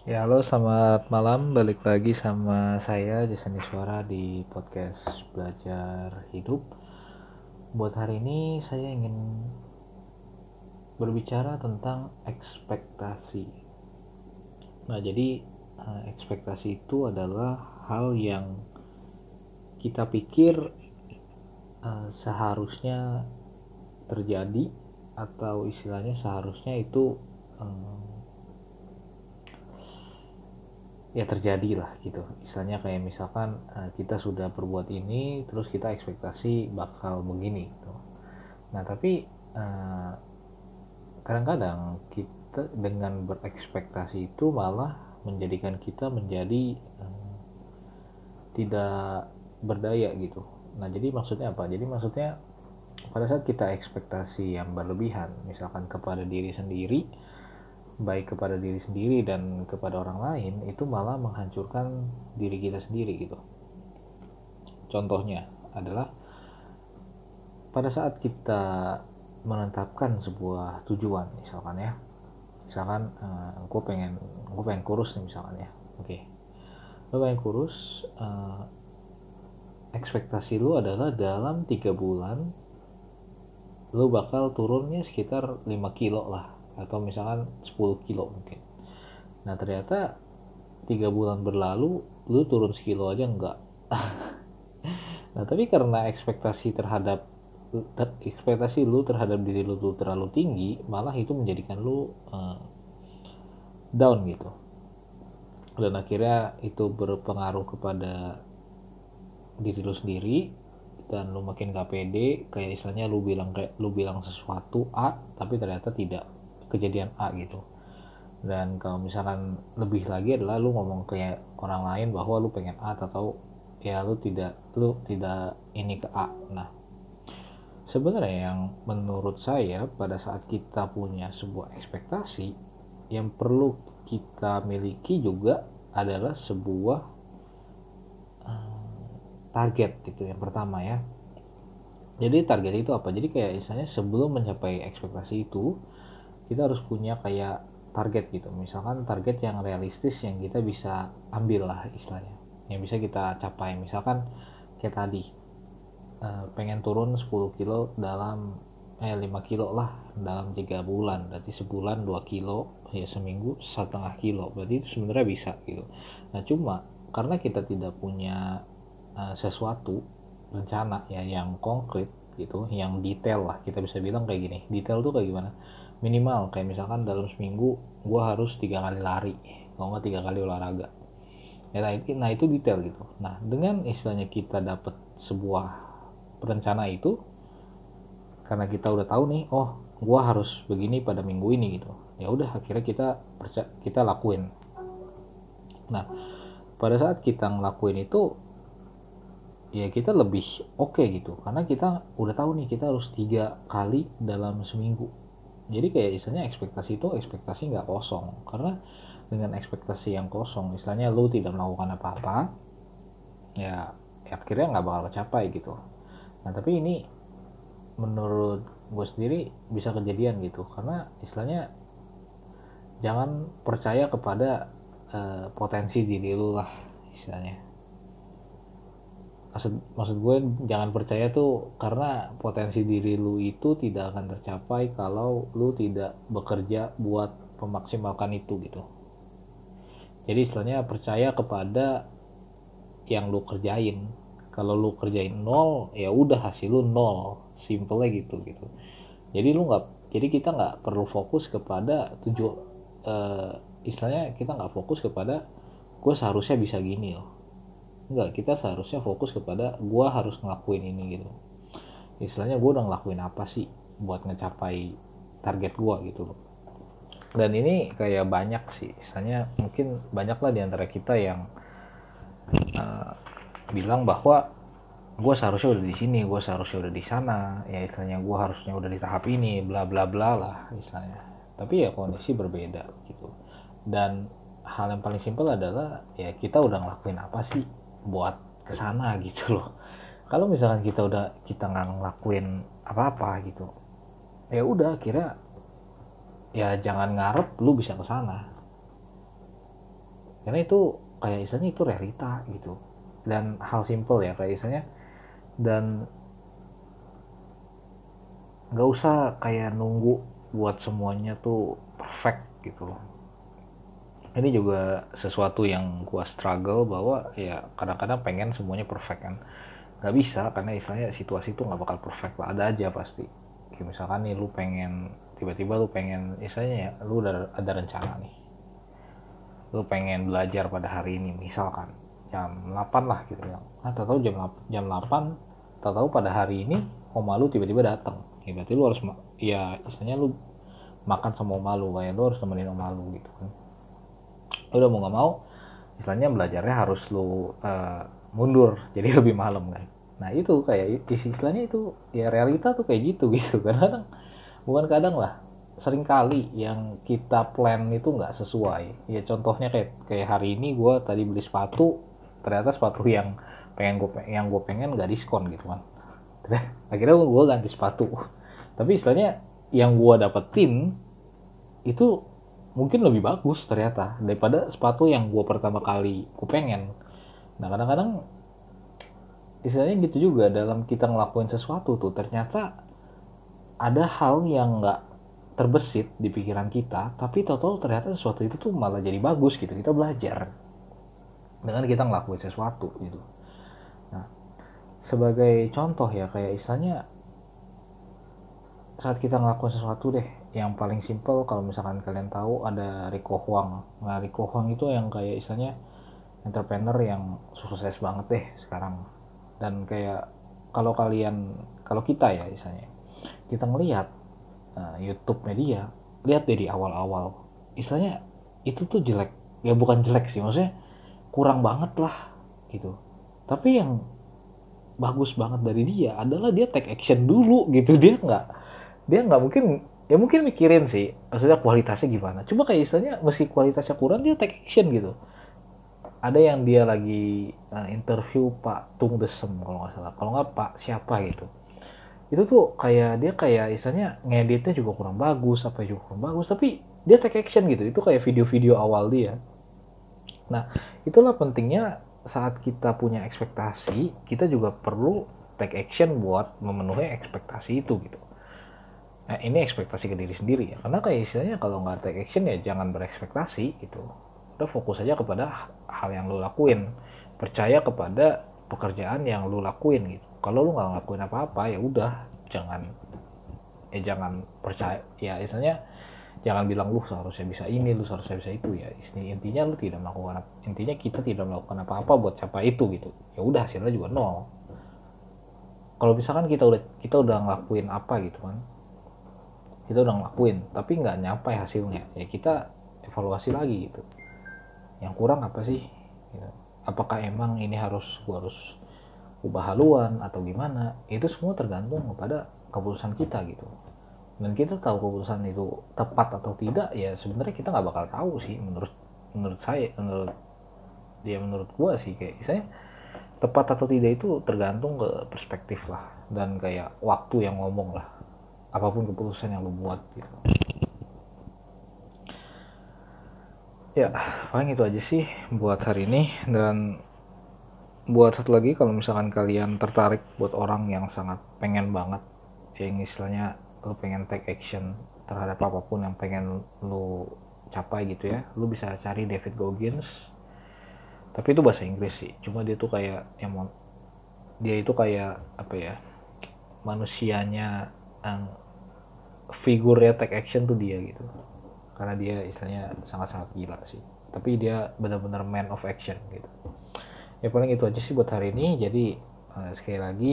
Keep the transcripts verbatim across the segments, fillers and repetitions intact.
Ya, halo, selamat malam. Balik lagi sama saya, Jason Iswara di podcast Belajar Hidup. Buat hari ini saya ingin berbicara tentang ekspektasi. Nah, jadi eh, ekspektasi itu adalah hal yang kita pikir eh, seharusnya terjadi, atau istilahnya seharusnya itu eh, ya terjadi lah gitu. Misalnya kayak misalkan uh, kita sudah berbuat ini, terus kita ekspektasi bakal begini gitu. Nah tapi uh, kadang-kadang kita dengan berekspektasi itu malah menjadikan kita menjadi uh, tidak berdaya gitu. Nah jadi maksudnya apa? Jadi maksudnya pada saat kita ekspektasi yang berlebihan, misalkan kepada diri sendiri, baik kepada diri sendiri dan kepada orang lain, itu malah menghancurkan diri kita sendiri gitu. Contohnya adalah pada saat kita menetapkan sebuah tujuan, misalkan ya, misalkan uh, gue pengen gue pengen kurus nih misalkan ya, oke, okay. Lo pengen kurus, uh, ekspektasi lo adalah dalam tiga bulan lo bakal turunnya sekitar lima kilo lah, atau misalkan sepuluh kilo mungkin. Nah ternyata tiga bulan berlalu lo turun sekilo aja enggak. Nah tapi karena ekspektasi terhadap ekspektasi lu terhadap diri lu tuh terlalu tinggi, malah itu menjadikan lu uh, down gitu, dan akhirnya itu berpengaruh kepada diri lu sendiri, dan lu makin gak pede, kayak misalnya lu bilang kayak lu bilang sesuatu A tapi ternyata tidak kejadian A gitu. Dan kalau misalkan lebih lagi adalah lu ngomong kayak orang lain bahwa lu pengen A, atau ya lu tidak lu tidak ini ke A. Nah sebenarnya yang menurut saya, pada saat kita punya sebuah ekspektasi, yang perlu kita miliki juga adalah sebuah uh, target gitu, yang pertama ya. Jadi target itu apa? Jadi kayak misalnya sebelum mencapai ekspektasi itu, kita harus punya kayak target gitu. Misalkan target yang realistis yang kita bisa ambil lah istilahnya, yang bisa kita capai. Misalkan kayak tadi, uh, pengen turun sepuluh kilo dalam eh lima kilo lah dalam tiga bulan, berarti sebulan dua kilo, ya seminggu setengah kilo, berarti itu sebenarnya bisa gitu. Nah cuma karena kita tidak punya uh, sesuatu rencana ya yang konkret gitu, yang detail lah, kita bisa bilang kayak gini. Detail tuh kayak gimana? Minimal kayak misalkan dalam seminggu gue harus tiga kali lari, kalau nggak tiga kali olahraga ya. Nah itu, nah itu detail gitu. Nah dengan istilahnya kita dapat sebuah rencana itu, karena kita udah tahu nih, oh gue harus begini pada minggu ini gitu, ya udah akhirnya kita kita lakuin. Nah pada saat kita ngelakuin itu, ya kita lebih oke okay gitu, karena kita udah tahu nih kita harus tiga kali dalam seminggu. Jadi kayak istilahnya ekspektasi itu ekspektasi nggak kosong, karena dengan ekspektasi yang kosong, istilahnya lu tidak melakukan apa-apa, ya, ya akhirnya nggak bakal tercapai gitu. Nah tapi ini menurut gue sendiri bisa kejadian gitu, karena istilahnya jangan percaya kepada uh, potensi diri lu lah istilahnya. Maksud, maksud gue jangan percaya tuh karena potensi diri lu itu tidak akan tercapai kalau lu tidak bekerja buat memaksimalkan itu gitu. Jadi istilahnya percaya kepada yang lu kerjain. Kalau lu kerjain nol, ya udah hasil lu nol, simple gitu gitu. Jadi lu nggak, jadi kita nggak perlu fokus kepada tujuan, uh, istilahnya kita nggak fokus kepada gue seharusnya bisa gini loh. Enggak, kita seharusnya fokus kepada gue harus ngelakuin ini gitu. Istilahnya gue udah ngelakuin apa sih buat ngecapai target gue gitu loh. Dan ini kayak banyak sih, istilahnya mungkin banyak lah diantara kita yang uh, bilang bahwa gue seharusnya udah di sini, gue seharusnya udah di sana, ya istilahnya gue harusnya udah di tahap ini, bla bla bla lah istilahnya. Tapi ya kondisi berbeda gitu. Dan hal yang paling simpel adalah ya kita udah ngelakuin apa sih buat kesana gitu loh. Kalau misalkan kita udah kita nggak ngelakuin apa-apa gitu, ya udah kira ya jangan ngarep lu bisa kesana. karena itu kayak istilahnya itu realita gitu. Dan hal simple ya kayak istilahnya, dan nggak usah kayak nunggu buat semuanya tuh perfect gitu loh. Ini juga sesuatu yang gua struggle, bahwa ya kadang-kadang pengen semuanya perfect kan, nggak bisa karena istilahnya situasi itu nggak bakal perfect lah, ada aja pasti. Kayak misalkan nih lu pengen, tiba-tiba lu pengen istilahnya ya, lu udah ada rencana nih, lu pengen belajar pada hari ini misalkan jam delapan lah gitu ya, nah tahu jam jam delapan, tahu pada hari ini oma lu tiba-tiba datang, ya berarti lu harus ya istilahnya lu makan sama oma lu, kayak lu harus temenin oma lu gitu kan. Udah mau nggak mau istilahnya belajarnya harus lu uh, mundur jadi lebih malam kan. Nah itu kayak istilahnya itu ya realita tuh kayak gitu gitu kan. Kadang bukan kadang lah, sering kali yang kita plan itu nggak sesuai. Ya contohnya kayak kayak hari ini gue tadi beli sepatu, ternyata sepatu yang pengen gue yang gue pengen nggak diskon gitu kan. Akhirnya gue ganti sepatu, tapi istilahnya yang gue dapetin itu mungkin lebih bagus ternyata daripada sepatu yang gue pertama kali gue pengen. Nah kadang-kadang istilahnya gitu juga dalam kita ngelakuin sesuatu tuh, ternyata ada hal yang nggak terbesit di pikiran kita, tapi tahu-tahu ternyata sesuatu itu tuh malah jadi bagus gitu. Kita belajar dengan kita ngelakuin sesuatu gitu. Nah sebagai contoh ya kayak istilahnya saat kita ngelakuin sesuatu deh, yang paling simple kalau misalkan kalian tahu ada Rico Huang. Nah Rico Huang itu yang kayak istilahnya entrepreneur yang sukses banget deh sekarang. Dan kayak kalau kalian, kalau kita ya istilahnya kita ngelihat uh, YouTube media, lihat dari awal-awal istilahnya itu tuh jelek, ya bukan jelek sih, maksudnya kurang banget lah gitu. Tapi yang bagus banget dari dia adalah dia take action dulu gitu. Dia nggak dia nggak mungkin, ya mungkin mikirin sih maksudnya kualitasnya gimana, cuma kayak istilahnya meski kualitasnya kurang dia take action gitu. Ada yang dia lagi uh, interview Pak Tung Desem kalau nggak salah, kalau nggak Pak siapa gitu, itu tuh kayak dia kayak istilahnya ngeditnya juga kurang bagus, apa juga kurang bagus, tapi dia take action gitu. Itu kayak video-video awal dia. Nah itulah pentingnya saat kita punya ekspektasi, kita juga perlu take action buat memenuhi ekspektasi itu gitu. Nah ini ekspektasi ke diri sendiri ya, karena kayak istilahnya kalau nggak take action ya jangan berekspektasi gitu. Udah fokus aja kepada hal yang lu lakuin, percaya kepada pekerjaan yang lu lakuin gitu. Kalau lu nggak ngelakuin apa-apa ya udah, jangan eh jangan percaya ya istilahnya, jangan bilang lu seharusnya bisa ini, lu seharusnya bisa itu ya. Intinya lu tidak melakukan, intinya kita tidak melakukan apa-apa buat capai itu gitu. Ya udah hasilnya juga nol. Kalau misalkan kita udah kita udah ngelakuin apa gitu kan, kita udah ngelakuin tapi nggak nyampe hasilnya, ya kita evaluasi lagi gitu. Yang kurang apa sih? Gitu. Apakah emang ini harus gua harus ubah haluan atau gimana? Itu semua tergantung kepada keputusan kita gitu. Dan kita tahu keputusan itu tepat atau tidak ya sebenarnya kita nggak bakal tahu sih, menurut menurut saya, menurut dia, menurut gua sih kayak misalnya tepat atau tidak itu tergantung ke perspektif lah, dan kayak waktu yang ngomong lah, apapun keputusan yang lu buat gitu. Ya paling itu aja sih buat hari ini. Dan buat satu lagi, kalau misalkan kalian tertarik buat orang yang sangat pengen banget, yang istilahnya lu pengen take action terhadap apapun yang pengen lu capai gitu ya, lu bisa cari David Goggins. Tapi itu bahasa Inggris sih, cuma dia tuh kayak yang dia itu kayak apa ya, manusianya yang figurnya take action tuh dia gitu, karena dia istilahnya sangat-sangat gila sih, tapi dia benar-benar man of action gitu. Ya paling itu aja sih buat hari ini. Jadi uh, sekali lagi,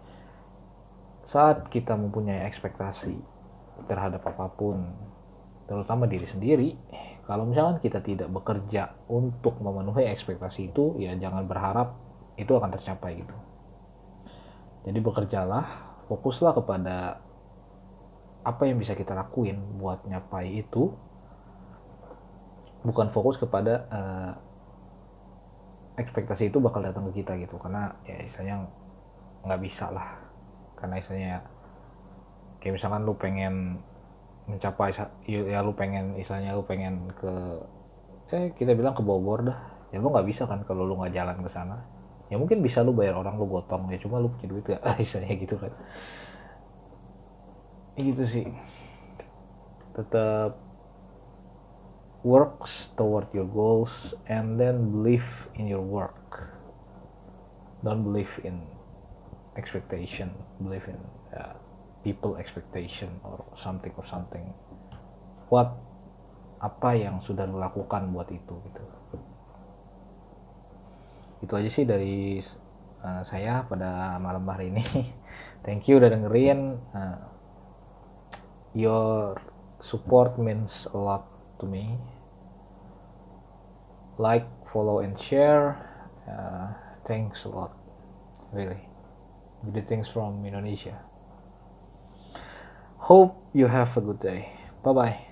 saat kita mempunyai ekspektasi terhadap apapun, terutama diri sendiri, kalau misalkan kita tidak bekerja untuk memenuhi ekspektasi itu, ya jangan berharap itu akan tercapai gitu. Jadi bekerjalah, fokuslah kepada apa yang bisa kita lakuin buat nyapai itu, bukan fokus kepada uh, ekspektasi itu bakal datang ke kita gitu. Karena ya istilahnya nggak bisa lah, karena istilahnya kayak misalkan lu pengen mencapai ya lu pengen istilahnya lu pengen ke eh kita bilang ke Bogor dah, ya lu nggak bisa kan kalau lu nggak jalan ke sana. Ya mungkin bisa lu bayar orang, lu gotong ya, cuma lu punya duit gak, misalnya gitu kan. Gitu sih, tetap works toward your goals and then believe in your work, don't believe in expectation, believe in uh, people expectation or something or something. What, apa yang sudah lu lakukan buat itu gitu. Itu aja sih dari uh, saya pada malam hari ini. Thank you udah dengerin. Uh, your support means a lot to me. Like, follow, and share. Uh, thanks a lot, really. Greetings from Indonesia. Hope you have a good day. Bye bye.